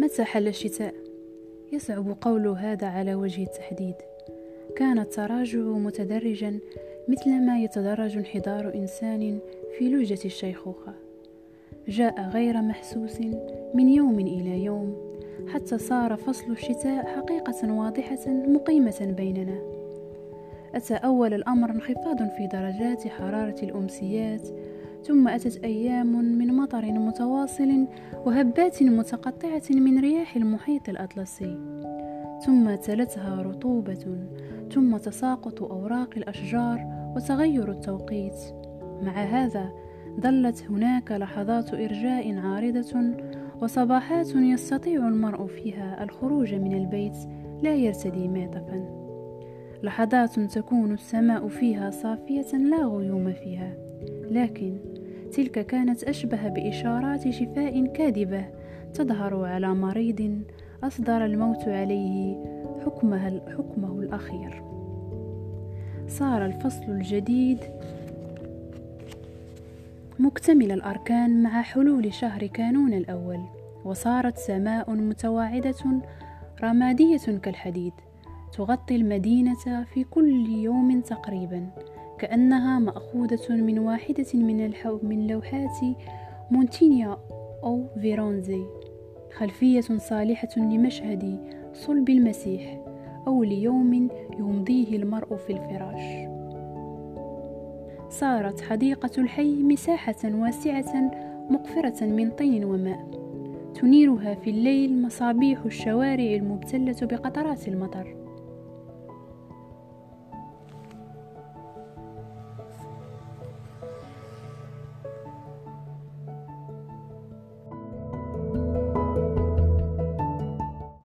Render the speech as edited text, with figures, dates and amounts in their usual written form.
متى حل الشتاء؟ يصعب قول هذا على وجه التحديد. كان التراجع متدرجا مثلما يتدرج انحدار إنسان في لجة الشيخوخة. جاء غير محسوس من يوم إلى يوم، حتى صار فصل الشتاء حقيقة واضحة مقيمة بيننا. أتى أول الأمر انخفاض في درجات حرارة الأمسيات، ثم أتت أيام من مطر متواصل وهبات متقطعة من رياح المحيط الأطلسي، ثم تلتها رطوبة، ثم تساقط أوراق الأشجار وتغير التوقيت. مع هذا ظلت هناك لحظات إرجاء عارضة وصباحات يستطيع المرء فيها الخروج من البيت لا يرتدي معطفا، لحظات تكون السماء فيها صافية لا غيوم فيها، لكن تلك كانت أشبه بإشارات شفاء كاذبة تظهر على مريض أصدر الموت عليه حكمه الأخير. صار الفصل الجديد مكتمل الأركان مع حلول شهر كانون الأول، وصارت سماء متواعدة رمادية كالحديد تغطي المدينة في كل يوم تقريبا، كأنها مأخوذة من واحدة من لوحات مونتينيا أو فيرونزي، خلفية صالحة لمشهد صلب المسيح أو ليوم يمضيه المرء في الفراش. صارت حديقة الحي مساحة واسعة مقفرة من طين وماء، تنيرها في الليل مصابيح الشوارع المبتلة بقطرات المطر.